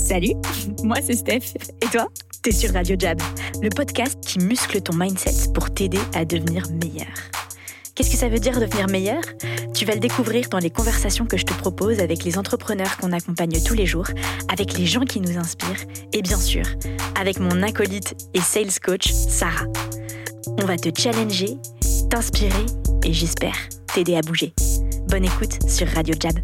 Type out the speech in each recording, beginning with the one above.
Salut, moi c'est Steph. Et toi? T'es sur Radio Jab, le podcast qui muscle ton mindset pour t'aider à devenir meilleur. Qu'est-ce que ça veut dire devenir meilleur? Tu vas le découvrir dans les conversations que je te propose avec les entrepreneurs qu'on accompagne tous les jours, avec les gens qui nous inspirent et bien sûr, avec mon acolyte et sales coach, Sarah. On va te challenger, t'inspirer et j'espère t'aider à bouger. Bonne écoute sur Radio Jab.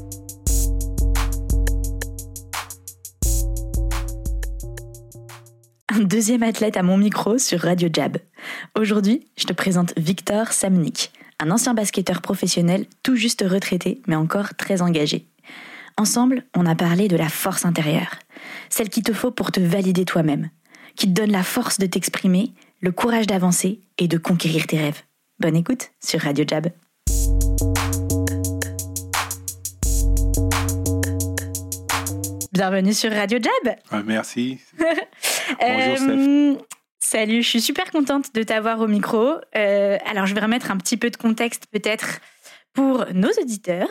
Un deuxième athlète à mon micro sur Radio Jab. Aujourd'hui, je te présente Victor Samnik, un ancien basketteur professionnel tout juste retraité, mais encore très engagé. Ensemble, on a parlé de la force intérieure, celle qu'il te faut pour te valider toi-même, qui te donne la force de t'exprimer, le courage d'avancer et de conquérir tes rêves. Bonne écoute sur Radio Jab. Bienvenue sur Radio Jab. Merci. Bonjour Steph. Salut, je suis super contente de t'avoir au micro. Alors, je vais remettre un petit peu de contexte peut-être pour nos auditeurs.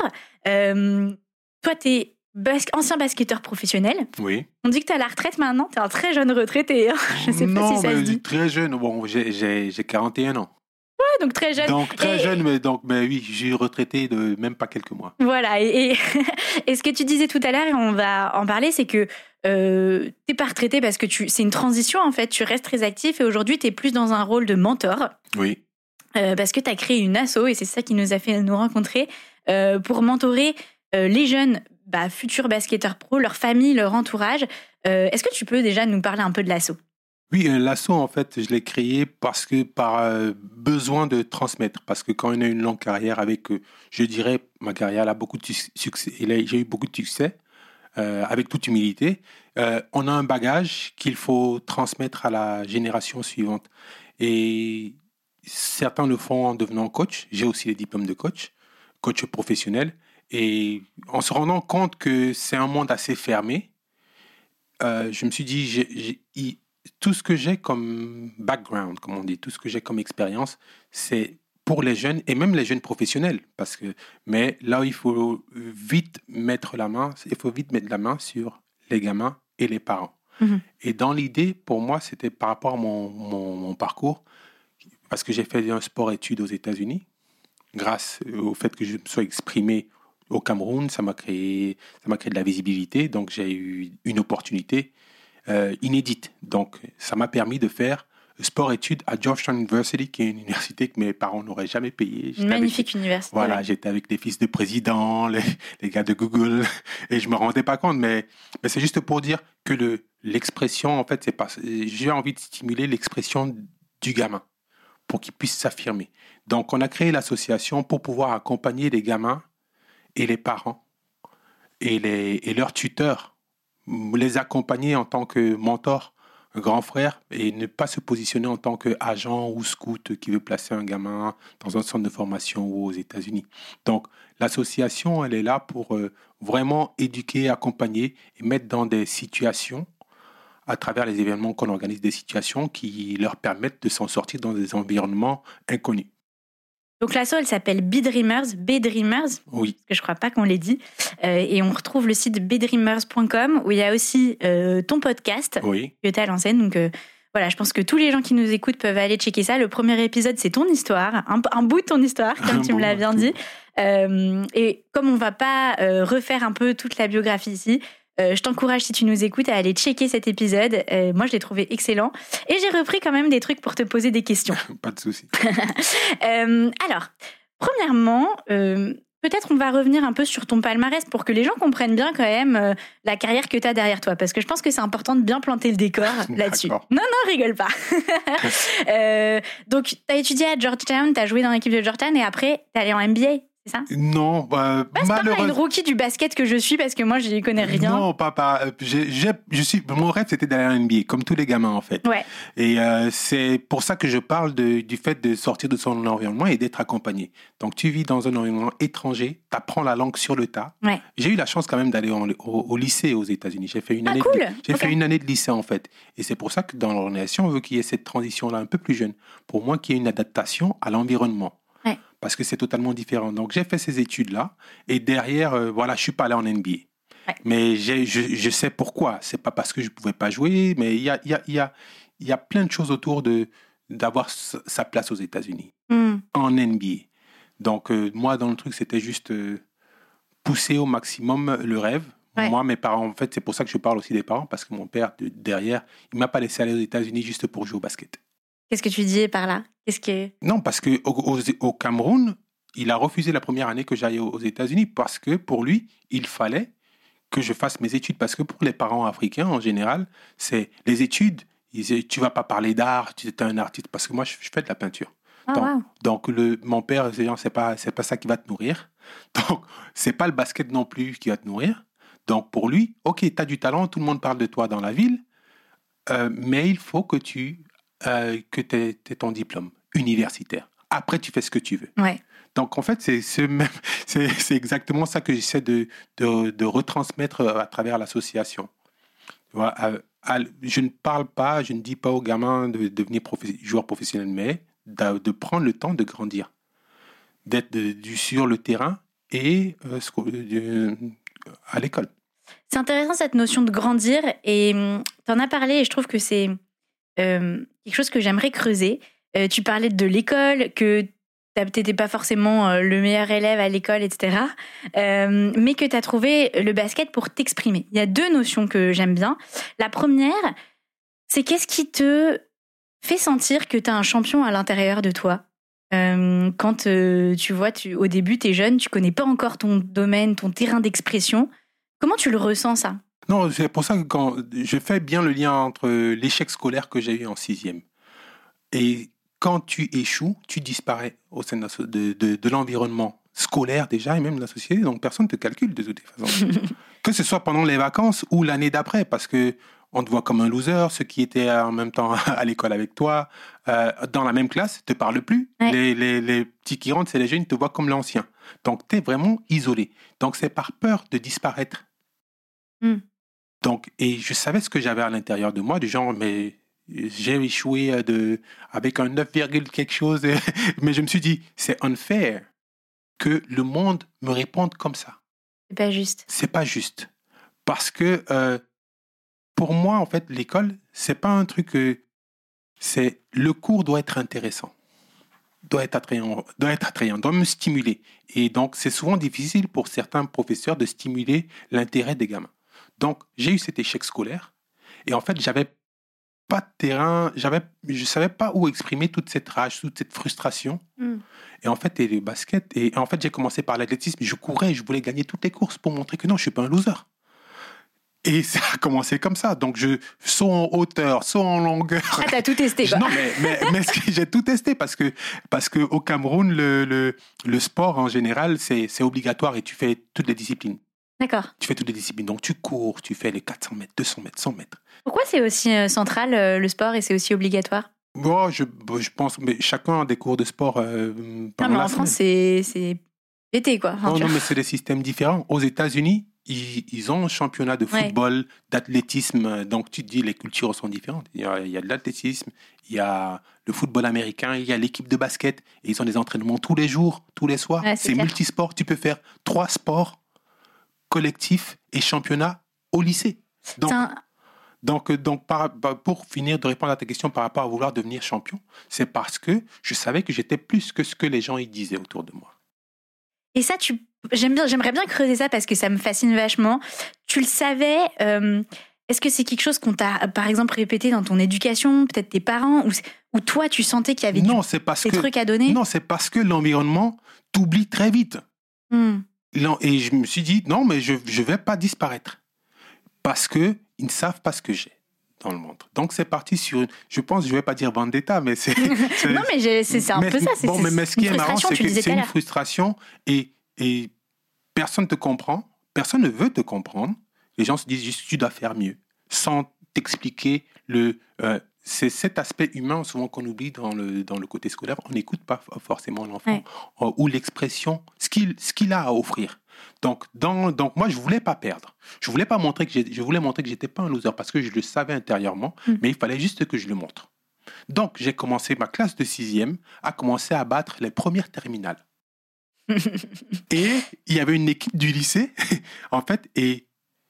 Toi, tu es ancien basketteur professionnel. Oui. On dit que tu es à la retraite maintenant. Tu es un très jeune retraité. Hein. Je ne sais pas si ça se dit. Très jeune. Bon, j'ai 41 ans. Ouais, donc très jeune. Donc très jeune, mais oui, je suis retraité de même pas quelques mois. Voilà. Et ce que tu disais tout à l'heure, et on va en parler, c'est que t'es pas retraité parce que c'est une transition en fait. Tu restes très actif et aujourd'hui, tu es plus dans un rôle de mentor. Oui. Parce que tu as créé une asso et c'est ça qui nous a fait nous rencontrer pour mentorer les jeunes futurs basketteurs pro, leur famille, leur entourage. Est-ce que tu peux déjà nous parler un peu de l'asso? Oui, l'asso, en fait, je l'ai créé par besoin de transmettre. Parce que quand on a une longue carrière avec, je dirais, ma carrière a beaucoup de succès. J'ai eu beaucoup de succès, avec toute humilité. On a un bagage qu'il faut transmettre à la génération suivante. Et certains le font en devenant coach. J'ai aussi les diplômes de coach professionnel. Et en se rendant compte que c'est un monde assez fermé, je me suis dit, tout ce que j'ai comme background, comme on dit, tout ce que j'ai comme expérience, c'est pour les jeunes et même les jeunes professionnels. Mais là où il faut vite mettre la main sur les gamins et les parents. Mm-hmm. Et dans l'idée, pour moi, c'était par rapport à mon parcours, parce que j'ai fait un sport-études aux États-Unis, grâce au fait que je me sois exprimé au Cameroun, ça m'a créé de la visibilité, donc j'ai eu une opportunité inédite. Donc, ça m'a permis de faire sport-études à Georgetown University, qui est une université que mes parents n'auraient jamais payée. Une magnifique université. Voilà, ouais. J'étais avec les fils de présidents, les gars de Google, et je me rendais pas compte, mais c'est juste pour dire que l'expression, en fait, j'ai envie de stimuler l'expression du gamin pour qu'il puisse s'affirmer. Donc, on a créé l'association pour pouvoir accompagner les gamins et les parents et leurs tuteurs, les accompagner en tant que mentor, un grand frère, et ne pas se positionner en tant qu'agent ou scout qui veut placer un gamin dans un centre de formation ou aux États-Unis. Donc, l'association, elle est là pour vraiment éduquer, accompagner et mettre dans des situations, à travers les événements qu'on organise, des situations qui leur permettent de s'en sortir dans des environnements inconnus. Donc l'asso, elle s'appelle B-Dreamers. Oui. Parce que je crois pas qu'on l'ait dit. Et on retrouve le site bdreamers.com où il y a aussi ton podcast que tu as lancé. Donc voilà, je pense que tous les gens qui nous écoutent peuvent aller checker ça. Le premier épisode, c'est ton histoire, un bout de ton histoire, comme tu me l'as bien dit. Et comme on va pas refaire un peu toute la biographie ici, je t'encourage, si tu nous écoutes, à aller checker cet épisode. Moi, je l'ai trouvé excellent. Et j'ai repris quand même des trucs pour te poser des questions. Pas de souci. Alors, premièrement, peut-être on va revenir un peu sur ton palmarès pour que les gens comprennent bien quand même la carrière que tu as derrière toi. Parce que je pense que c'est important de bien planter le décor là-dessus. Non, rigole pas. Donc, tu as étudié à Georgetown, tu as joué dans l'équipe de Georgetown et après, tu es allé en NBA. C'est ça? Non, c'est pas une rookie du basket que je suis parce que moi je n'y connais rien. Non, papa, mon rêve c'était d'aller en NBA, comme tous les gamins en fait. Ouais. Et c'est pour ça que je parle du fait de sortir de son environnement et d'être accompagné. Donc tu vis dans un environnement étranger, tu apprends la langue sur le tas. Ouais. J'ai eu la chance quand même d'aller au lycée aux États-Unis. J'ai fait une année. Cool. Fait une année de lycée en fait. Et c'est pour ça que dans l'organisation on veut qu'il y ait cette transition là un peu plus jeune, pour moi qu'il y ait une adaptation à l'environnement. Parce que c'est totalement différent. Donc, j'ai fait ces études-là. Et derrière, je ne suis pas allé en NBA. Ouais. Mais je sais pourquoi. C'est pas parce que je pouvais pas jouer, mais il y a plein de choses autour d'avoir sa place aux États-Unis, en NBA. Donc, moi, dans le truc, c'était juste pousser au maximum le rêve. Ouais. Moi, mes parents, en fait, c'est pour ça que je parle aussi des parents, parce que mon père, derrière, il m'a pas laissé aller aux États-Unis juste pour jouer au basket. Qu'est-ce que tu dis par là? Non, parce qu'au Cameroun, il a refusé la première année que j'aille aux États-Unis parce que pour lui, il fallait que je fasse mes études. Parce que pour les parents africains, en général, c'est les études. Ils disaient, tu vas pas parler d'art, tu es un artiste. Parce que moi, je fais de la peinture. Donc mon père, c'est pas ça qui va te nourrir. Donc, c'est pas le basket non plus qui va te nourrir. Donc, pour lui, OK, tu as du talent, tout le monde parle de toi dans la ville, mais il faut que tu aies ton diplôme universitaire. Après, tu fais ce que tu veux. Ouais. Donc, en fait, c'est exactement ça que j'essaie de retransmettre à travers l'association. Voilà, je ne parle pas, je ne dis pas aux gamins de devenir joueur professionnel, mais de prendre le temps de grandir, d'être sur le terrain et à l'école. C'est intéressant cette notion de grandir et tu en as parlé et je trouve que c'est quelque chose que j'aimerais creuser. Tu parlais de l'école, que t'étais pas forcément le meilleur élève à l'école, etc. Mais que tu as trouvé le basket pour t'exprimer. Il y a deux notions que j'aime bien. La première, c'est qu'est-ce qui te fait sentir que tu as un champion à l'intérieur de toi. Quand tu vois, au début, tu es jeune, tu connais pas encore ton domaine, ton terrain d'expression. Comment tu le ressens, ça? Non, c'est pour ça que quand je fais bien le lien entre l'échec scolaire que j'ai eu en 6e et quand tu échoues, tu disparais au sein de l'environnement scolaire déjà et même de la société. Donc, personne ne te calcule de toutes les façons. Que ce soit pendant les vacances ou l'année d'après, parce que on te voit comme un loser. Ceux qui étaient en même temps à l'école avec toi, dans la même classe, ne te parlent plus. Ouais. Les petits qui rentrent, c'est les jeunes, ils te voient comme l'ancien. Donc, tu es vraiment isolé. Donc, c'est par peur de disparaître. Donc, et je savais ce que j'avais à l'intérieur de moi, du genre, mais j'ai échoué avec un 9, quelque chose. Mais je me suis dit, c'est unfair que le monde me réponde comme ça. C'est pas juste. C'est pas juste. Parce que pour moi, en fait, l'école, c'est pas un truc c'est le cours doit être intéressant, doit être attrayant, doit me stimuler. Et donc, c'est souvent difficile pour certains professeurs de stimuler l'intérêt des gamins. Donc, j'ai eu cet échec scolaire et en fait, j'avais pas de terrain, je savais pas où exprimer toute cette rage, toute cette frustration. Et en fait, et le basket, et en fait, j'ai commencé par l'athlétisme. Je courais, je voulais gagner toutes les courses pour montrer que non, je suis pas un loser. Et ça a commencé comme ça. Donc, saut en hauteur, saut en longueur. Ah, t'as tout testé, quoi. Non, mais j'ai tout testé parce que au Cameroun, le sport, en général, c'est obligatoire et tu fais toutes les disciplines. D'accord. Tu fais toutes les disciplines. Donc, tu cours, tu fais les 400 mètres, 200 mètres, 100 mètres. Pourquoi c'est aussi central, le sport, et c'est aussi obligatoire? Bon, je pense, mais chacun a des cours de sport pendant en France, c'est l'été, quoi. Enfin, non, mais c'est des systèmes différents. Aux États-Unis, ils ont un championnat de football, d'athlétisme. Donc, tu te dis, les cultures sont différentes. Il y a de l'athlétisme, il y a le football américain, il y a l'équipe de basket. Et ils ont des entraînements tous les jours, tous les soirs. Ouais, c'est multisport. Tu peux faire 3 sports collectifs et championnats au lycée. Donc, pour finir de répondre à ta question par rapport à vouloir devenir champion, c'est parce que je savais que j'étais plus que ce que les gens y disaient autour de moi. Et ça, j'aimerais bien creuser ça parce que ça me fascine vachement. Tu le savais, est-ce que c'est quelque chose qu'on t'a, par exemple, répété dans ton éducation, peut-être tes parents, ou toi, tu sentais qu'il y avait des trucs à donner? Non, c'est parce que l'environnement t'oublie très vite. Et je me suis dit, non, mais je ne vais pas disparaître. Parce qu'ils ne savent pas ce que j'ai dans le monde. Donc, c'est parti sur je pense, je ne vais pas dire vendetta, mais c'est non, mais c'est un peu ça. Mais ce qui est marrant, c'est que c'est une frustration et personne ne te comprend, personne ne veut te comprendre. Les gens se disent juste, tu dois faire mieux, sans t'expliquer c'est cet aspect humain souvent qu'on oublie dans le côté scolaire. On n'écoute pas forcément l'enfant ou l'expression, ce qu'il a à offrir. Donc moi, je voulais pas perdre. Je voulais montrer que j'étais pas un loser parce que je le savais intérieurement, mais il fallait juste que je le montre. Donc, j'ai commencé ma classe de 6e à commencer à battre les premières terminales. Et il y avait une équipe du lycée, en fait, et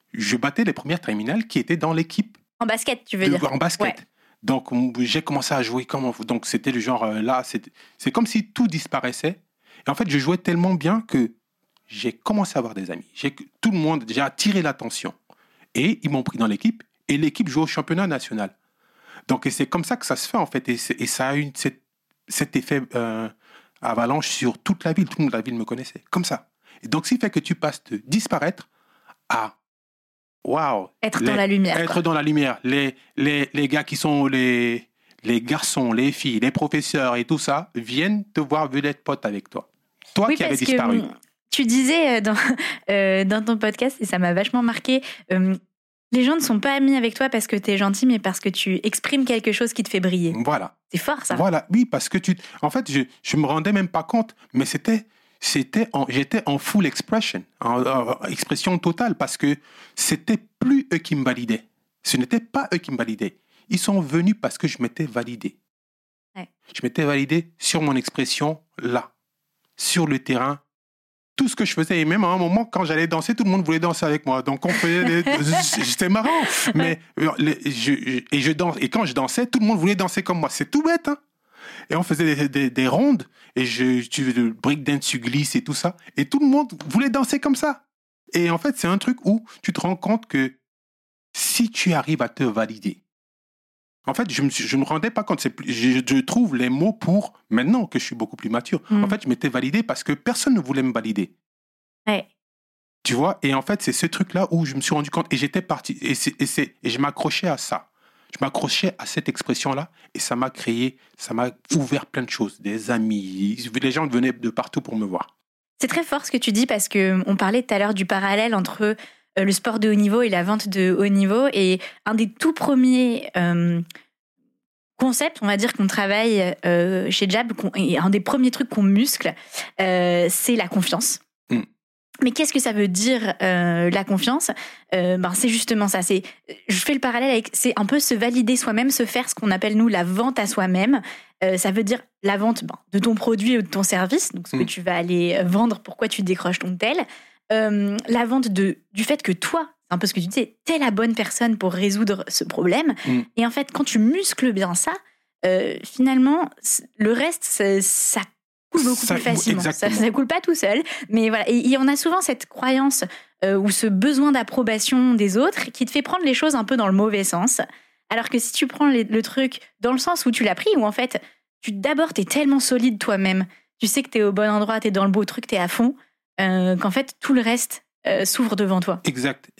je battais les premières terminales qui étaient dans l'équipe. En basket, tu veux dire? En basket. Ouais. Donc, j'ai commencé à jouer donc c'était le genre, là, c'est comme si tout disparaissait. Et en fait, je jouais tellement bien que j'ai commencé à avoir des amis. Tout le monde, j'ai attiré l'attention. Et ils m'ont pris dans l'équipe. Et l'équipe joue au championnat national. Donc, et c'est comme ça que ça se fait, en fait. Et ça a eu cet effet avalanche sur toute la ville. Toute la ville me connaissait. Comme ça. Et donc, ce qui fait que tu passes de disparaître à... Waouh! Être dans la lumière. Être dans la lumière. Les gars qui sont les garçons, les filles, les professeurs et tout ça viennent te voir, veulent être potes avec toi. Toi oui, qui avais disparu. Tu disais dans ton podcast, et ça m'a vachement marqué, les gens ne sont pas amis avec toi parce que tu es gentil, mais parce que tu exprimes quelque chose qui te fait briller. Voilà. C'est fort, ça. Voilà, oui, parce que en fait, je me rendais même pas compte, mais j'étais en full expression, en expression totale, parce que c'était plus eux qui me validaient. Ce n'était pas eux qui me validaient. Ils sont venus parce que je m'étais validé. Ouais. Je m'étais validé sur mon expression là, sur le terrain, tout ce que je faisais. Et même à un moment, quand j'allais danser, tout le monde voulait danser avec moi. Donc on faisait c'était marrant. Mais et quand je dansais, tout le monde voulait danser comme moi. C'est tout bête, hein. Et on faisait des rondes, et le breakdance, tu glisses et tout ça. Et tout le monde voulait danser comme ça. Et en fait, c'est un truc où tu te rends compte que si tu arrives à te valider, en fait, je me rendais pas compte. Je trouve les mots pour maintenant que je suis beaucoup plus mature. En fait, je m'étais validé parce que personne ne voulait me valider. Ouais. Tu vois? Et en fait, c'est ce truc-là où je me suis rendu compte, et j'étais parti, et je m'accrochais à ça. Je m'accrochais à cette expression-là, et ça m'a ouvert plein de choses, des amis. Les gens venaient de partout pour me voir. C'est très fort ce que tu dis, parce qu'on parlait tout à l'heure du parallèle entre le sport de haut niveau et la vente de haut niveau. Et un des tout premiers concepts, on va dire, qu'on travaille chez Jab, et un des premiers trucs qu'on muscle, c'est la confiance. Mais qu'est-ce que ça veut dire la confiance? C'est justement ça. Je fais le parallèle avec, c'est un peu se valider soi-même, se faire ce qu'on appelle nous la vente à soi-même. Ça veut dire la vente de ton produit ou de ton service, donc ce que tu vas aller vendre, pourquoi tu décroches ton tel. La vente du fait que toi, c'est un peu ce que tu disais, t'es la bonne personne pour résoudre ce problème. Et en fait, quand tu muscles bien ça, finalement, le reste, ça coule beaucoup plus facilement. Ça coule pas tout seul. Mais voilà. Et on a souvent cette croyance ou ce besoin d'approbation des autres qui te fait prendre les choses un peu dans le mauvais sens. Alors que si tu prends le truc dans le sens où tu l'as pris, où en fait, d'abord, t'es tellement solide toi-même. Tu sais que t'es au bon endroit, t'es dans le beau truc, t'es à fond, qu'en fait, tout le reste s'ouvre devant toi. Exact.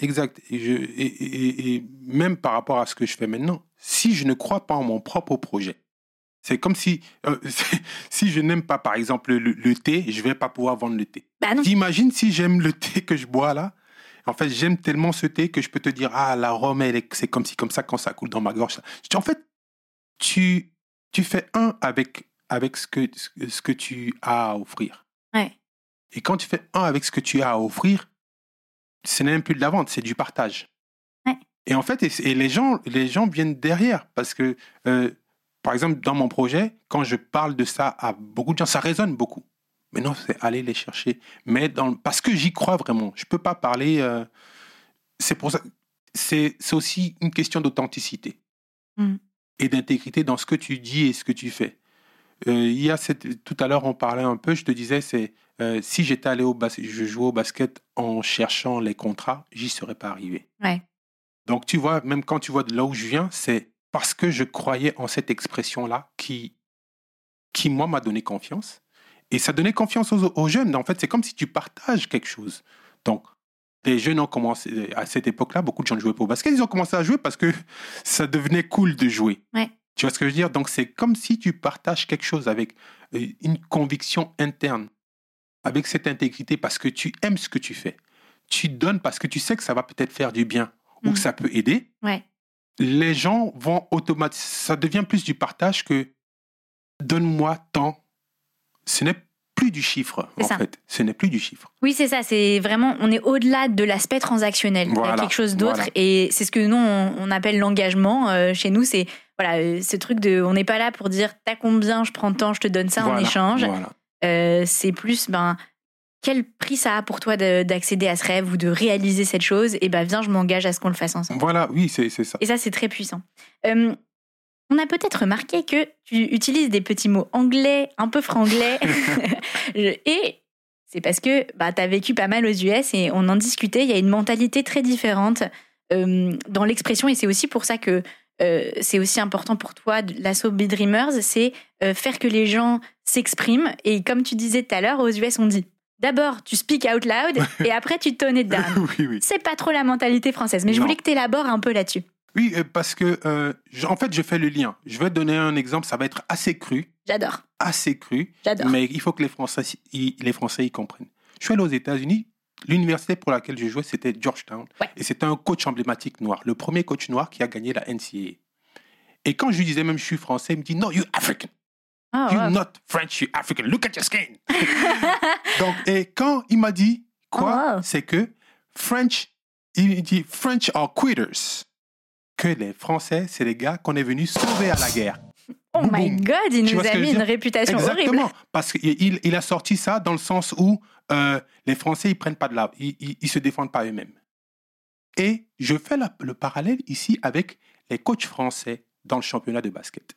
Et même par rapport à ce que je fais maintenant, si je ne crois pas en mon propre projet, c'est comme si je n'aime pas, par exemple, le thé, je ne vais pas pouvoir vendre le thé. Bah non. T'imagines si j'aime le thé que je bois là? En fait, j'aime tellement ce thé que je peux te dire, l'arôme, c'est comme ça quand ça coule dans ma gorge. En fait, tu fais un avec ce que tu as à offrir. Ouais. Et quand tu fais un avec ce que tu as à offrir, ce n'est même plus de la vente, c'est du partage. Ouais. Et en fait, et les gens viennent derrière parce que... par exemple, dans mon projet, quand je parle de ça à beaucoup de gens, ça résonne beaucoup. Mais non, c'est aller les chercher. Mais parce que j'y crois vraiment. Je ne peux pas parler... c'est pour ça. C'est aussi une question d'authenticité et d'intégrité dans ce que tu dis et ce que tu fais. Tout à l'heure, on parlait un peu, je te disais, si j'étais allé je jouais au basket en cherchant les contrats, j'y serais pas arrivé. Ouais. Donc, tu vois, même quand tu vois de là où je viens, c'est parce que je croyais en cette expression-là qui moi, m'a donné confiance. Et ça donnait confiance aux jeunes. En fait, c'est comme si tu partages quelque chose. Donc, les jeunes ont commencé, à cette époque-là, beaucoup de gens jouaient pas au basket. Ils ont commencé à jouer parce que ça devenait cool de jouer. Ouais. Tu vois ce que je veux dire? Donc, c'est comme si tu partages quelque chose avec une conviction interne, avec cette intégrité, parce que tu aimes ce que tu fais. Tu donnes parce que tu sais que ça va peut-être faire du bien ou que ça peut aider. Ouais. Les gens vont automatiquement... Ça devient plus du partage que donne-moi tant. Ce n'est plus du chiffre, en fait. Ce n'est plus du chiffre. Oui, c'est ça. C'est vraiment... On est au-delà de l'aspect transactionnel. Voilà, il y a quelque chose d'autre. Voilà. Et c'est ce que nous, on appelle l'engagement. Chez nous, c'est ce truc de... On n'est pas là pour dire « T'as combien, je prends tant, je te donne ça en échange. » C'est plus... quel prix ça a pour toi d'accéder à ce rêve ou de réaliser cette chose, et ben viens, je m'engage à ce qu'on le fasse ensemble. Voilà, oui, c'est ça. Et ça, c'est très puissant. On a peut-être remarqué que tu utilises des petits mots anglais, un peu franglais. Et c'est parce que tu as vécu pas mal aux US et on en discutait. Il y a une mentalité très différente dans l'expression. Et c'est aussi pour ça que c'est aussi important pour toi, l'assaut Be Dreamers, c'est faire que les gens s'expriment. Et comme tu disais tout à l'heure, aux US, on dit d'abord, tu speak out loud et après, tu tone it down. Oui. C'est pas trop la mentalité française. Mais je voulais que tu élabores un peu là-dessus. Oui, parce que, en fait, je fais le lien. Je vais te donner un exemple, ça va être assez cru. J'adore. Assez cru. J'adore. Mais il faut que les Français y comprennent. Je suis allé aux États-Unis. L'université pour laquelle je jouais, c'était Georgetown. Ouais. Et c'était un coach emblématique noir. Le premier coach noir qui a gagné la NCAA. Et quand je lui disais même je suis français, il me dit « No, you're African. You're not French, you're African. Look at your skin. » Donc, et quand il m'a dit quoi, c'est que il dit « French are quitters. » Que les Français, c'est les gars qu'on est venus sauver à la guerre. Oh boum, my God, il nous a mis une réputation horrible. Exactement, parce qu'il a sorti ça dans le sens où les Français, ils prennent pas de la... Ils se défendent pas eux-mêmes. Et je fais le parallèle ici avec les coachs français dans le championnat de basket.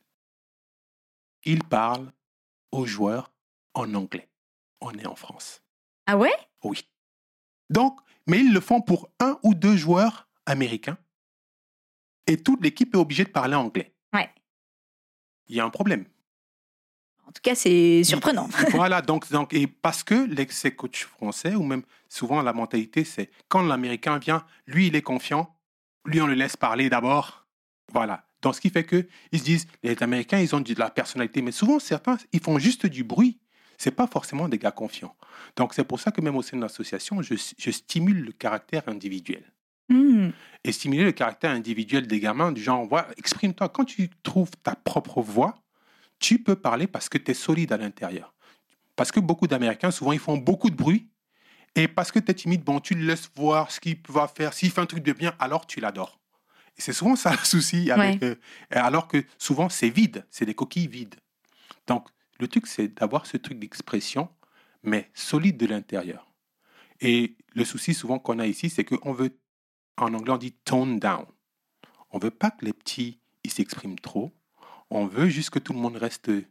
Ils parlent aux joueurs en anglais. On est en France. Ah ouais? Oui. Donc, mais ils le font pour 1 ou 2 joueurs américains. Et toute l'équipe est obligée de parler anglais. Ouais. Il y a un problème. En tout cas, c'est surprenant. Voilà, donc et parce que ces coachs français, ou même souvent la mentalité, c'est quand l'Américain vient, lui, il est confiant, lui, on le laisse parler d'abord. Voilà. Donc, ce qui fait qu'ils se disent, les Américains, ils ont de la personnalité, mais souvent, certains, ils font juste du bruit. Ce n'est pas forcément des gars confiants. Donc, c'est pour ça que même au sein de l'association, je stimule le caractère individuel. Et stimuler le caractère individuel des gamins, du genre, exprime-toi. Quand tu trouves ta propre voix, tu peux parler parce que tu es solide à l'intérieur. Parce que beaucoup d'Américains, souvent, ils font beaucoup de bruit. Et parce que tu es timide, tu le laisses voir ce qu'il va faire. S'il fait un truc de bien, alors tu l'adores. Et c'est souvent ça le souci. Alors que souvent, c'est vide. C'est des coquilles vides. Donc, le truc, c'est d'avoir ce truc d'expression, mais solide de l'intérieur. Et le souci souvent qu'on a ici, c'est qu'on veut... En anglais, on dit « tone down ». On ne veut pas que les petits ils s'expriment trop. On veut juste que tout le monde reste au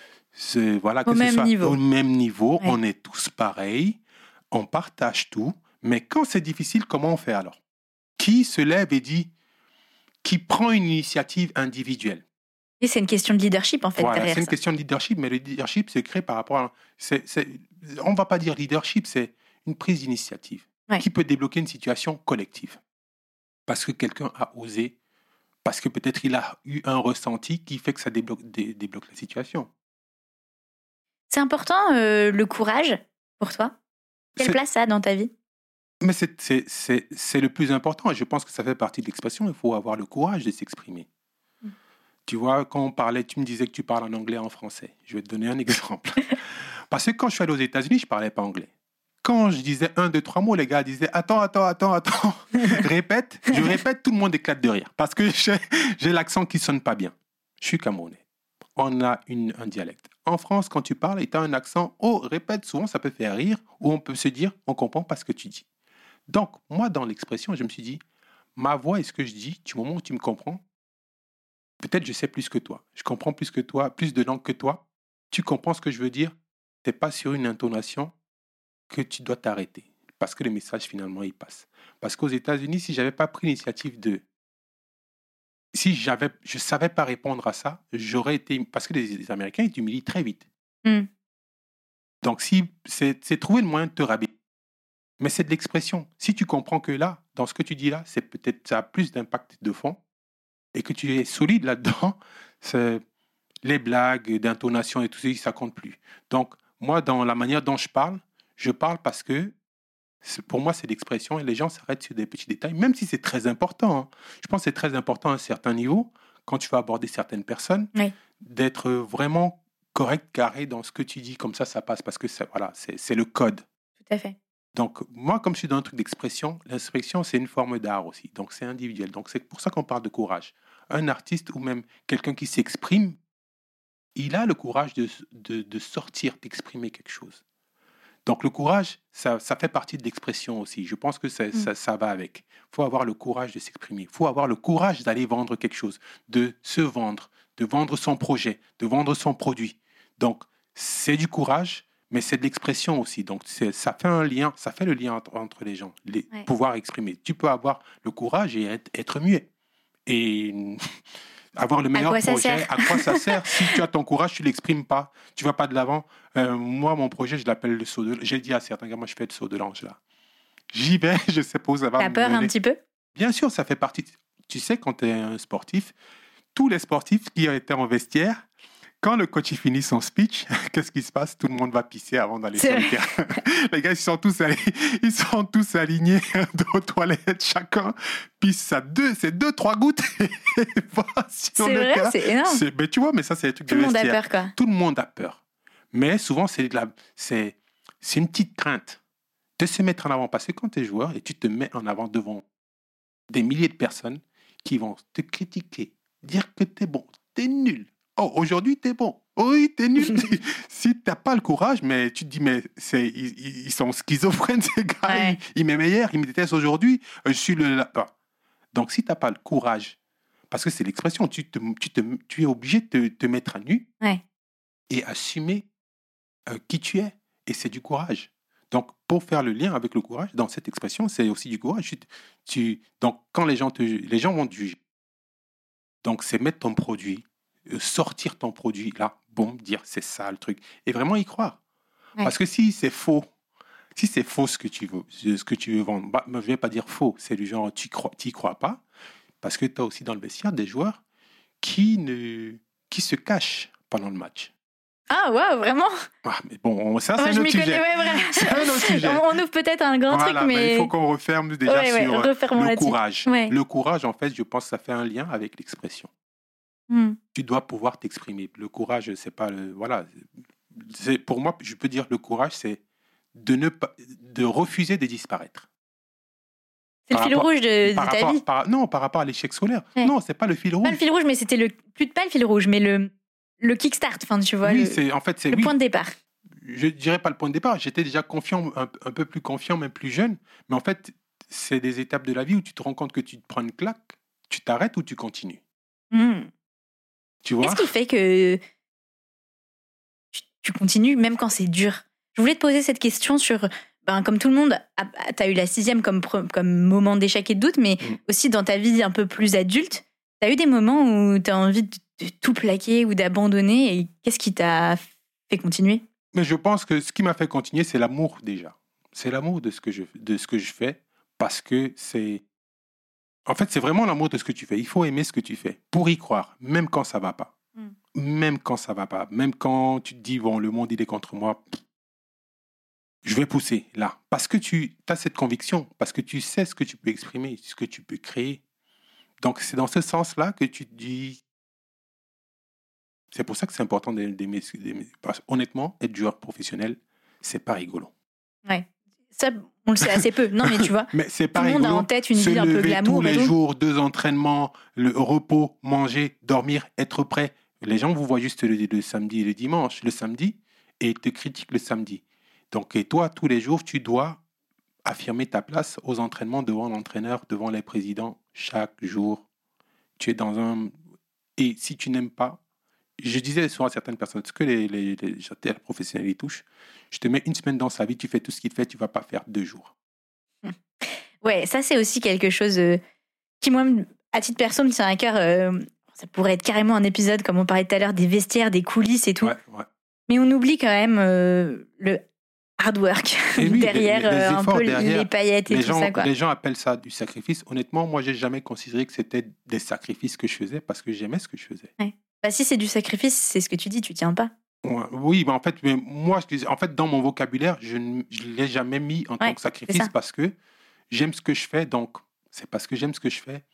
même niveau. Ouais. On est tous pareils. On partage tout. Mais quand c'est difficile, comment on fait alors? Qui se lève et dit, qui prend une initiative individuelle? Et c'est une question de leadership, en fait, derrière c'est une question de leadership, mais le leadership, c'est créé par rapport à... on ne va pas dire leadership, c'est une prise d'initiative qui peut débloquer une situation collective. Parce que quelqu'un a osé, parce que peut-être il a eu un ressenti qui fait que ça débloque la situation. C'est important, le courage, pour toi? Quelle place ça a dans ta vie? Mais c'est le plus important, et je pense que ça fait partie de l'expression. Il faut avoir le courage de s'exprimer. Tu vois, quand on parlait, tu me disais que tu parles en anglais et en français. Je vais te donner un exemple. Parce que quand je suis allé aux États-Unis, je ne parlais pas anglais. Quand je disais 1, 2, 3 mots, les gars disaient « Attends. Répète. » Je répète, tout le monde éclate de rire. Parce que j'ai l'accent qui ne sonne pas bien. Je suis camerounais. On a un dialecte. En France, quand tu parles et tu as un accent, répète, souvent ça peut faire rire, ou on peut se dire « On ne comprend pas ce que tu dis. » Donc, moi, dans l'expression, je me suis dit « Ma voix et ce que je dis, du moment où tu me comprends, peut-être je sais plus que toi. Je comprends plus que toi, plus de langue que toi. Tu comprends ce que je veux dire. Tu n'es pas sur une intonation que tu dois t'arrêter. Parce que le message, finalement, il passe. Parce qu'aux États-Unis, si je n'avais pas pris l'initiative si je ne savais pas répondre à ça, j'aurais été... Parce que les Américains, ils t'humilient très vite. Donc, c'est trouver le moyen de te rabaisser. Mais c'est de l'expression. Si tu comprends que là, dans ce que tu dis là, ça a plus d'impact de fond, et que tu es solide là-dedans, les blagues d'intonation et tout ça, ça compte plus. Donc, moi, dans la manière dont je parle parce que, pour moi, c'est l'expression et les gens s'arrêtent sur des petits détails, même si c'est très important. Hein. Je pense que c'est très important à un certain niveau, quand tu vas aborder certaines personnes, d'être vraiment correct, carré dans ce que tu dis. Comme ça passe, parce que c'est le code. Tout à fait. Donc, moi, comme je suis dans un truc d'expression, l'expression, c'est une forme d'art aussi. Donc, c'est individuel. Donc, c'est pour ça qu'on parle de courage. Un artiste ou même quelqu'un qui s'exprime, il a le courage de sortir, d'exprimer quelque chose. Donc le courage, ça fait partie de l'expression aussi. Je pense que ça va avec. Il faut avoir le courage de s'exprimer. Il faut avoir le courage d'aller vendre quelque chose, de se vendre, de vendre son projet, de vendre son produit. Donc c'est du courage, mais c'est de l'expression aussi. Donc ça fait un lien, ça fait le lien entre les gens, pouvoir exprimer. Tu peux avoir le courage et être muet. Et avoir le meilleur projet, à quoi ça sert? Si tu as ton courage, tu ne l'exprimes pas, tu ne vas pas de l'avant. Moi, mon projet, je l'appelle le saut de l'ange. J'ai dit à certains gars, moi, je fais le saut de l'ange, là. J'y vais, je sais pas où ça va. T'as peur un petit peu? Bien sûr, ça fait partie. Tu sais, quand tu es un sportif, tous les sportifs qui ont été en vestiaire, quand le coach finit son speech, qu'est-ce qui se passe? Tout le monde va pisser avant d'aller sur le terrain. Les gars, ils sont tous alignés aux toilettes. Chacun pisse c'est 2-3 gouttes. C'est vrai, c'est énorme. Mais tu vois, mais ça, c'est des trucs de vestiaire. Tout le monde a peur, quoi. Tout le monde a peur. Mais souvent, c'est une petite crainte de se mettre en avant. Parce que quand tu es joueur et tu te mets en avant devant des milliers de personnes qui vont te critiquer, dire que tu es bon, tu es nul. Oh, aujourd'hui, t'es bon. Oui, t'es nul. Si t'as pas le courage, mais tu te dis, mais ils sont schizophrènes, ces gars. Ouais. Ils m'aiment hier, ils me détestent aujourd'hui. Je suis le lapin. Donc, si t'as pas le courage, parce que c'est l'expression, tu es obligé de te mettre à nu et assumer qui tu es. Et c'est du courage. Donc, pour faire le lien avec le courage, dans cette expression, c'est aussi du courage. Donc, quand les gens vont te juger, donc c'est mettre ton produit, sortir ton produit, là, bon, dire c'est ça le truc, et vraiment y croire. Ouais. Parce que si c'est faux ce que tu veux vendre, je ne vais pas dire faux, c'est du genre tu y crois pas, parce que tu as aussi dans le vestiaire des joueurs qui se cachent pendant le match. Ah, ouais, vraiment? Ah, mais bon, ça, c'est un autre sujet. C'est un autre sujet. On ouvre peut-être un grand truc, mais... Il faut qu'on referme déjà sur le courage. Ouais. Le courage, en fait, je pense que ça fait un lien avec l'expression. Tu dois pouvoir t'exprimer. Le courage, c'est pas le... Voilà. Pour moi, je peux dire le courage, c'est de refuser de disparaître. C'est le fil rouge de ta vie. Par rapport à l'échec scolaire. Ouais. Non, c'est pas le fil rouge. Pas le fil rouge, mais c'était pas le fil rouge, mais le kickstart, enfin, tu vois. Oui, le point de départ. Je dirais pas le point de départ. J'étais déjà confiant, un peu plus confiant, même plus jeune. Mais en fait, c'est des étapes de la vie où tu te rends compte que tu te prends une claque, tu t'arrêtes ou tu continues. Tu vois? Qu'est-ce qui fait que tu continues même quand c'est dur? Je voulais te poser cette question sur, comme tout le monde, tu as eu la 6e comme moment d'échec et de doute, mais aussi dans ta vie un peu plus adulte, tu as eu des moments où tu as envie de tout plaquer ou d'abandonner, et qu'est-ce qui t'a fait continuer? Mais je pense que ce qui m'a fait continuer, c'est l'amour déjà. C'est l'amour de ce que je fais, parce que c'est... En fait, c'est vraiment l'amour de ce que tu fais. Il faut aimer ce que tu fais pour y croire, même quand ça va pas. Même quand ça va pas. Même quand tu te dis, bon, le monde, il est contre moi. Je vais pousser là. Parce que tu as cette conviction. Parce que tu sais ce que tu peux exprimer, ce que tu peux créer. Donc, c'est dans ce sens-là que tu te dis... C'est pour ça que c'est important d'aimer. Honnêtement, être joueur professionnel, c'est pas rigolo. Ouais. Ça, on le sait assez peu. Non, mais tu vois, mais c'est pas tout le monde a en tête une vie un peu glamour. Tous les jours, 2 entraînements, le repos, manger, dormir, être prêt. Les gens vous voient juste le samedi et le dimanche. Le samedi, et te critiquent le samedi. Donc, et toi, tous les jours, tu dois affirmer ta place aux entraînements devant l'entraîneur, devant les présidents. Chaque jour, tu es dans un... Et si tu n'aimes pas, je disais souvent à certaines personnes, ce que les professionnels y touchent, je te mets 1 semaine dans sa vie, tu fais tout ce qu'il fait, tu ne vas pas faire 2 jours. Ouais, ça c'est aussi quelque chose qui, moi, à titre perso, me tient à cœur. Ça pourrait être carrément un épisode, comme on parlait tout à l'heure, des vestiaires, des coulisses et tout. Ouais. Mais on oublie quand même le hard work derrière, les un peu derrière, les paillettes et tout ça. Quoi. Les gens appellent ça du sacrifice. Honnêtement, moi, je n'ai jamais considéré que c'était des sacrifices que je faisais parce que j'aimais ce que je faisais. Ouais. Bah, si c'est du sacrifice, c'est ce que tu dis, tu tiens pas. Ouais, oui, en fait, mais moi, dans mon vocabulaire, je ne l'ai jamais mis en tant que sacrifice parce que j'aime ce que je fais. Donc, c'est parce que j'aime ce que je fais.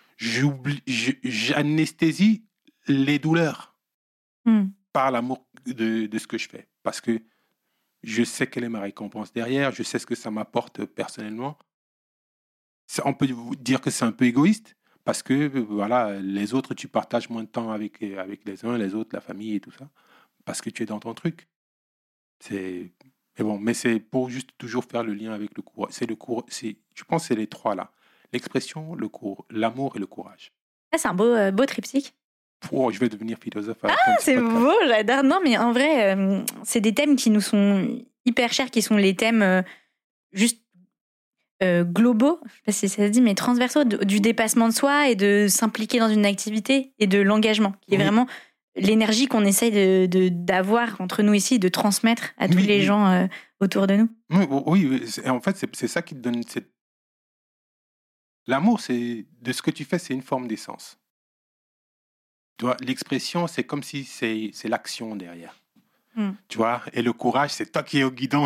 J'anesthésie les douleurs par l'amour de ce que je fais. Parce que je sais quelle est ma récompense derrière, je sais ce que ça m'apporte personnellement. On peut dire que c'est un peu égoïste. Parce que, voilà, les autres, tu partages moins de temps avec les uns, les autres, la famille et tout ça. Parce que tu es dans ton truc. Mais bon, mais c'est pour juste toujours faire le lien avec le courage. Je pense que c'est les trois là. L'expression, l'amour et le courage. Ah, c'est un beau triptyque. Oh, je vais devenir philosophe. À la fin de ce C'est podcast. beau, j'adore. Non, mais en vrai, c'est des thèmes qui nous sont hyper chers, qui sont les thèmes juste globaux, je sais pas si ça se dit, mais transversaux, du dépassement de soi et de s'impliquer dans une activité et de l'engagement, qui est vraiment l'énergie qu'on essaye d'avoir entre nous ici, de transmettre à tous les gens autour de nous. Oui, en fait, c'est ça qui te donne cette... L'amour, c'est de ce que tu fais, c'est une forme d'essence. Tu vois, l'expression, c'est comme si c'est l'action derrière. Tu vois, et le courage, c'est toi qui es au guidon.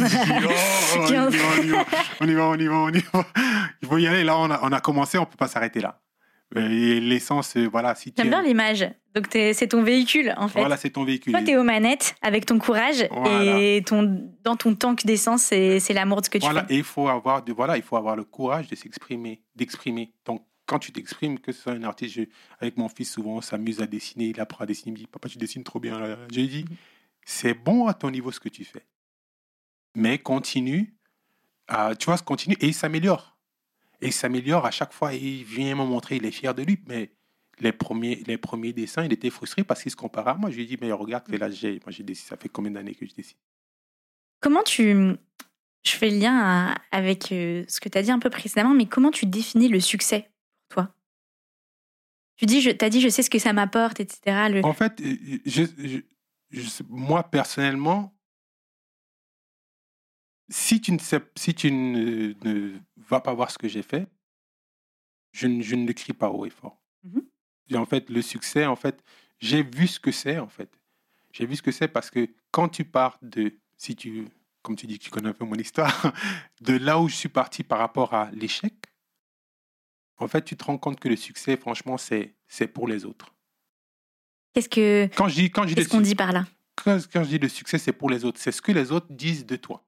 On y va. Il faut y aller. Là, on a commencé, on peut pas s'arrêter là. Et l'essence, voilà. J'aime bien l'image. Donc, c'est ton véhicule, en fait. Voilà, c'est ton véhicule. Toi, t'es aux manettes avec ton courage. Voilà. Et dans ton tank d'essence, c'est l'amour de ce que tu fais. Et il faut avoir le courage de d'exprimer. Donc, quand tu t'exprimes, que ce soit un artiste, avec mon fils, souvent, on s'amuse à dessiner. Il apprend à dessiner. Il me dit, papa, tu dessines trop bien. Là. J'ai dit, c'est bon à ton niveau ce que tu fais. Mais continue. Tu vois, continue et il s'améliore. Et il s'améliore à chaque fois. Et il vient me montrer, il est fier de lui. Mais les premiers dessins, il était frustré parce qu'il se comparait à moi. Je lui ai dit, mais regarde quel âge j'ai. Moi, j'ai dessiné. Ça fait combien d'années que je dessine? Comment je fais le lien avec ce que tu as dit un peu précédemment, mais comment tu définis le succès pour toi? T'as dit, je sais ce que ça m'apporte, etc. En fait, moi, personnellement, si tu ne vas pas voir ce que j'ai fait, je ne l'écris pas haut et fort. Et en fait, le succès, en fait, j'ai vu ce que c'est, en fait. J'ai vu ce que c'est parce que quand tu pars comme tu dis que tu connais un peu mon histoire, de là où je suis parti par rapport à l'échec, en fait, tu te rends compte que le succès, franchement, c'est pour les autres. Qu'est-ce qu'on dit par là? Quand je dis le succès, c'est pour les autres. C'est ce que les autres disent de toi.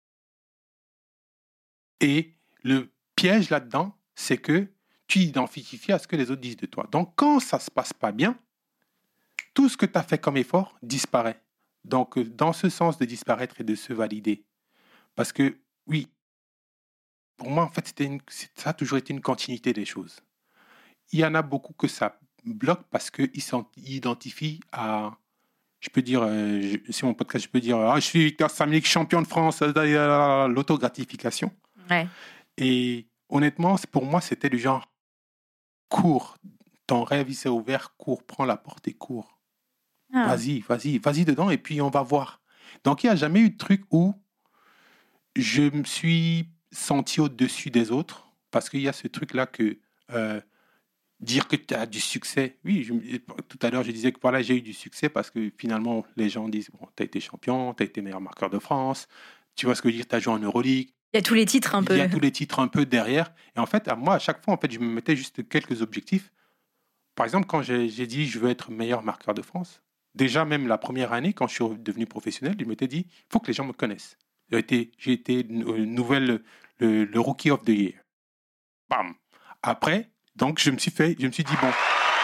Et le piège là-dedans, c'est que tu identifies à ce que les autres disent de toi. Donc, quand ça ne se passe pas bien, tout ce que tu as fait comme effort disparaît. Donc, dans ce sens de disparaître et de se valider. Parce que, oui, pour moi, en fait, ça a toujours été une continuité des choses. Il y en a beaucoup que ça bloque parce qu'ils s'identifient à... Je peux dire, sur mon podcast, je peux dire, je suis Victor Samlik, champion de France, l'autogratification. Ouais. Et honnêtement, pour moi, c'était du genre, cours, ton rêve, il s'est ouvert, cours, prends la porte et cours. Vas-y dedans et puis on va voir. Donc, il n'y a jamais eu de truc où je me suis senti au-dessus des autres parce qu'il y a ce truc-là que dire que tu as du succès. Oui, tout à l'heure, je disais que voilà, j'ai eu du succès parce que finalement, les gens disent, bon, tu as été champion, tu as été meilleur marqueur de France, tu vois ce que je veux dire, tu as joué en Euroleague. Il y a tous les titres un peu. Il y a tous les titres un peu derrière. Et en fait, moi, à chaque fois, en fait, je me mettais juste quelques objectifs. Par exemple, quand j'ai dit, je veux être meilleur marqueur de France, déjà, même la première année, quand je suis devenu professionnel, je m'étais dit, il faut que les gens me connaissent. J'ai été le Rookie of the Year. Bam. Après, donc, je me suis dit, bon.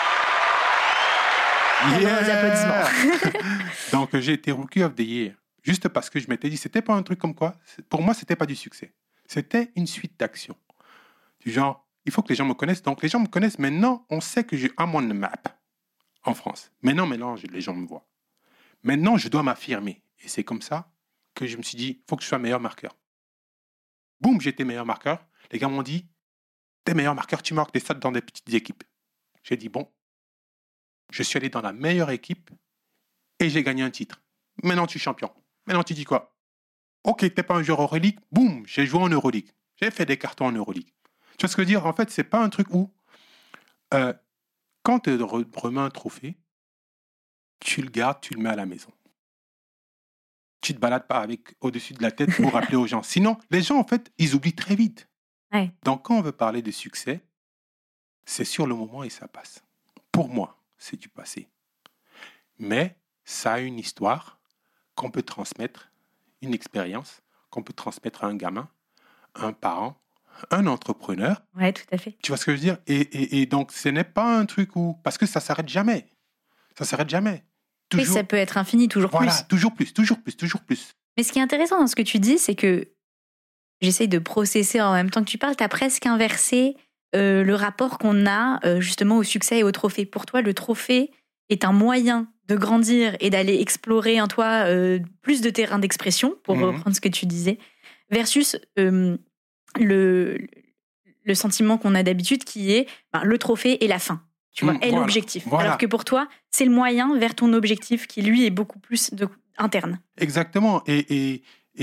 Applaudissements. Donc, j'ai été Rookie of the Year. Juste parce que je m'étais dit, c'était pas un truc comme quoi. Pour moi, c'était pas du succès. C'était une suite d'actions. Du genre, il faut que les gens me connaissent. Donc, les gens me connaissent. Maintenant, on sait que j'ai I'm on the map en France. Maintenant, les gens me voient. Maintenant, je dois m'affirmer. Et c'est comme ça que je me suis dit, il faut que je sois meilleur marqueur. Boum, j'étais meilleur marqueur. Les gars m'ont dit, t'es meilleur marqueur, tu marques des stats dans des petites équipes. J'ai dit, bon, je suis allé dans la meilleure équipe et j'ai gagné un titre. Maintenant, tu es champion. Maintenant, tu dis quoi? Ok, t'es pas un joueur Euroleague. Boum, j'ai joué en Euroleague. J'ai fait des cartons en Euroleague. Tu vois ce que je veux dire? En fait, c'est pas un truc où, quand tu remets un trophée, tu le gardes, tu le mets à la maison. Tu te balades pas avec au-dessus de la tête pour rappeler aux gens. Sinon, les gens, en fait, ils oublient très vite. Ouais. Donc, quand on veut parler de succès, c'est sur le moment et ça passe. Pour moi, c'est du passé. Mais ça a une histoire qu'on peut transmettre, une expérience qu'on peut transmettre à un gamin, un parent, un entrepreneur. Ouais, tout à fait. Tu vois ce que je veux dire? Et donc, ce n'est pas un truc où... Parce que ça ne s'arrête jamais. Ça ne s'arrête jamais. Toujours, oui, ça peut être infini, toujours voilà, plus. Toujours plus. Mais ce qui est intéressant dans ce que tu dis, c'est que j'essaye de processer en même temps que tu parles, tu as presque inversé le rapport qu'on a justement au succès et au trophée. Pour toi, le trophée est un moyen de grandir et d'aller explorer en toi plus de terrain d'expression, pour reprendre ce que tu disais, versus le sentiment qu'on a d'habitude qui est le trophée et la fin, tu vois, et l'objectif. Voilà. Alors que pour toi, c'est le moyen vers ton objectif qui, lui, est beaucoup plus interne. Exactement. Et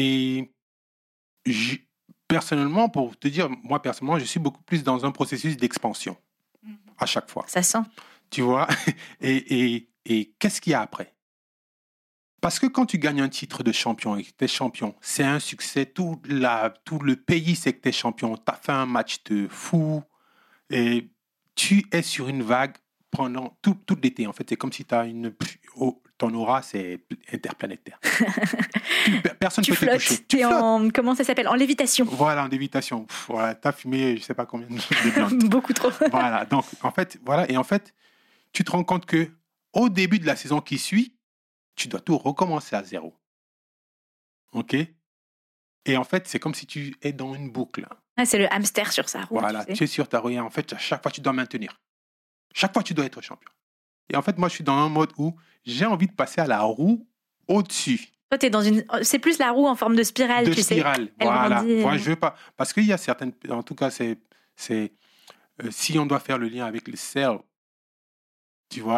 personnellement, pour te dire, moi, personnellement, je suis beaucoup plus dans un processus d'expansion à chaque fois. Ça sent. Tu vois, et qu'est-ce qu'il y a après? Parce que quand tu gagnes un titre de champion et que tu es champion, c'est un succès. Tout le pays sait que tu es champion. Tu as fait un match de fou et tu es sur une vague pendant tout l'été. En fait, c'est comme si tu as ton aura, c'est interplanétaire. Personne ne peut te toucher. Tu flottes. Comment ça s'appelle? En lévitation. Voilà, en lévitation. Voilà, tu as fumé, je ne sais pas combien de plantes. Beaucoup trop. Voilà, donc en fait, tu te rends compte que au début de la saison qui suit, tu dois tout recommencer à zéro. OK? Et en fait, c'est comme si tu es dans une boucle. Ah, c'est le hamster sur sa roue. Voilà, tu es sur ta roue. Et en fait, à chaque fois, tu dois maintenir. Chaque fois, tu dois être champion. Et en fait, moi, je suis dans un mode où j'ai envie de passer à la roue au-dessus. Toi, t'es dans c'est plus la roue en forme de spirale, tu sais. Spirale, voilà. Moi, je veux pas. Parce qu'il y a certaines. En tout cas, si on doit faire le lien avec le sales, tu vois,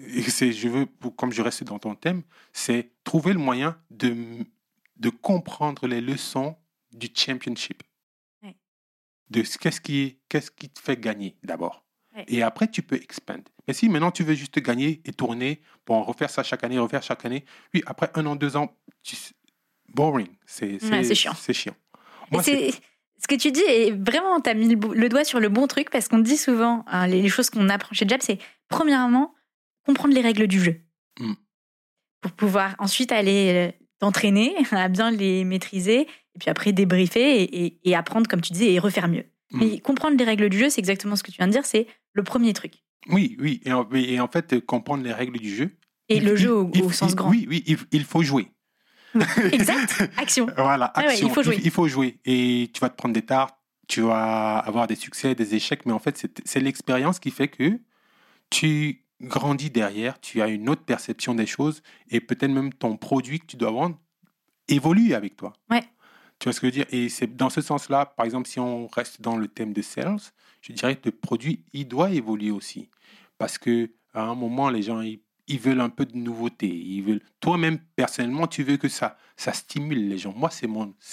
comme je reste dans ton thème, c'est trouver le moyen de comprendre les leçons du championship. Ouais. De qu'est-ce qui te fait gagner d'abord. Ouais. Et après, tu peux expand. Mais si maintenant tu veux juste gagner et tourner, refaire ça chaque année, oui, après 1 an, 2 ans, boring. C'est chiant. C'est chiant. Moi, ce que tu dis est vraiment, tu as mis le doigt sur le bon truc, parce qu'on dit souvent, les choses qu'on apprend chez Jab, c'est premièrement comprendre les règles du jeu. Pour pouvoir ensuite aller t'entraîner à bien les maîtriser, et puis après débriefer et apprendre, comme tu disais, et refaire mieux. Mais comprendre les règles du jeu, c'est exactement ce que tu viens de dire, c'est le premier truc. Oui. Et en fait, comprendre les règles du jeu. Et le jeu au sens grand. Oui, il faut jouer. Exact, action. Voilà, action. Ouais, il faut jouer. Et tu vas te prendre des tartes, tu vas avoir des succès, des échecs, mais en fait, c'est l'expérience qui fait que tu grandis derrière, tu as une autre perception des choses et peut-être même ton produit que tu dois vendre évolue avec toi. Ouais. Tu vois ce que je veux dire? Et c'est dans ce sens-là, par exemple, si on reste dans le thème de sales, je dirais que le produit, il doit évoluer aussi. Parce qu'à un moment, les gens, ils veulent un peu de nouveauté. Toi-même, personnellement, tu veux que ça stimule les gens. Moi, c'est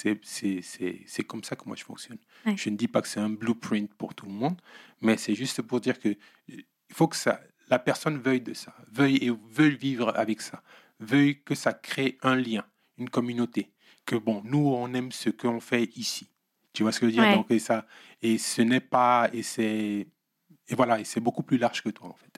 comme ça que moi, je fonctionne. Ouais. Je ne dis pas que c'est un blueprint pour tout le monde, mais c'est juste pour dire que il faut que la personne veuille de ça, veuille vivre avec ça, veuille que ça crée un lien, une communauté. Que nous, on aime ce qu'on fait ici. Tu vois ce que je veux dire? Ouais. Donc, et ce n'est pas... Et c'est beaucoup plus large que toi, en fait.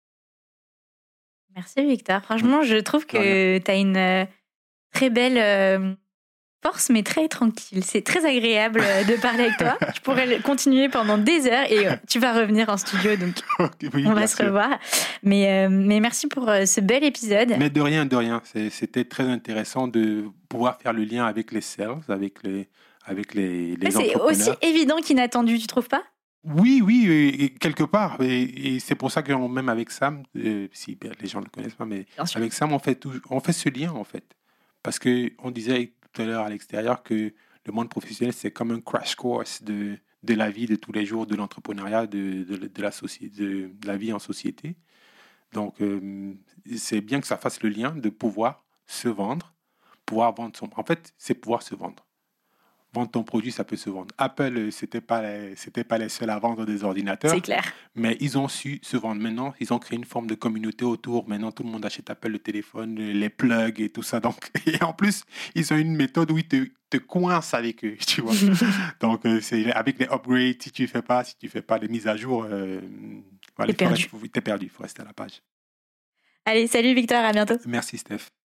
Merci, Victor. Franchement, je trouve que tu as une très belle force, mais très tranquille. C'est très agréable de parler avec toi. Je pourrais continuer pendant des heures et tu vas revenir en studio, donc on va se revoir. Mais merci pour ce bel épisode. Mais de rien. C'était très intéressant de pouvoir faire le lien avec les sales, avec les entrepreneurs. C'est aussi évident qu'inattendu, tu trouves pas? Oui, quelque part. Et c'est pour ça que même avec Sam, si les gens ne le connaissent pas, mais avec Sam, on fait ce lien, en fait. Parce qu'on disait tout à l'heure à l'extérieur que le monde professionnel, c'est comme un crash course de la vie de tous les jours, de l'entrepreneuriat, de la société, de la vie en société. Donc, c'est bien que ça fasse le lien de pouvoir se vendre, pouvoir vendre En fait, c'est pouvoir se vendre. Vendre ton produit, ça peut se vendre. Apple, c'était pas les seuls à vendre des ordinateurs. C'est clair. Mais ils ont su se vendre. Maintenant, ils ont créé une forme de communauté autour. Maintenant, tout le monde achète Apple, le téléphone, les plugs et tout ça. Donc, et en plus, ils ont une méthode où ils te coincent avec eux, tu vois. Donc, c'est avec les upgrades, si tu fais pas les mises à jour, t'es perdu. T'es perdu. Il faut rester à la page. Allez, salut Victor, à bientôt. Merci Steph.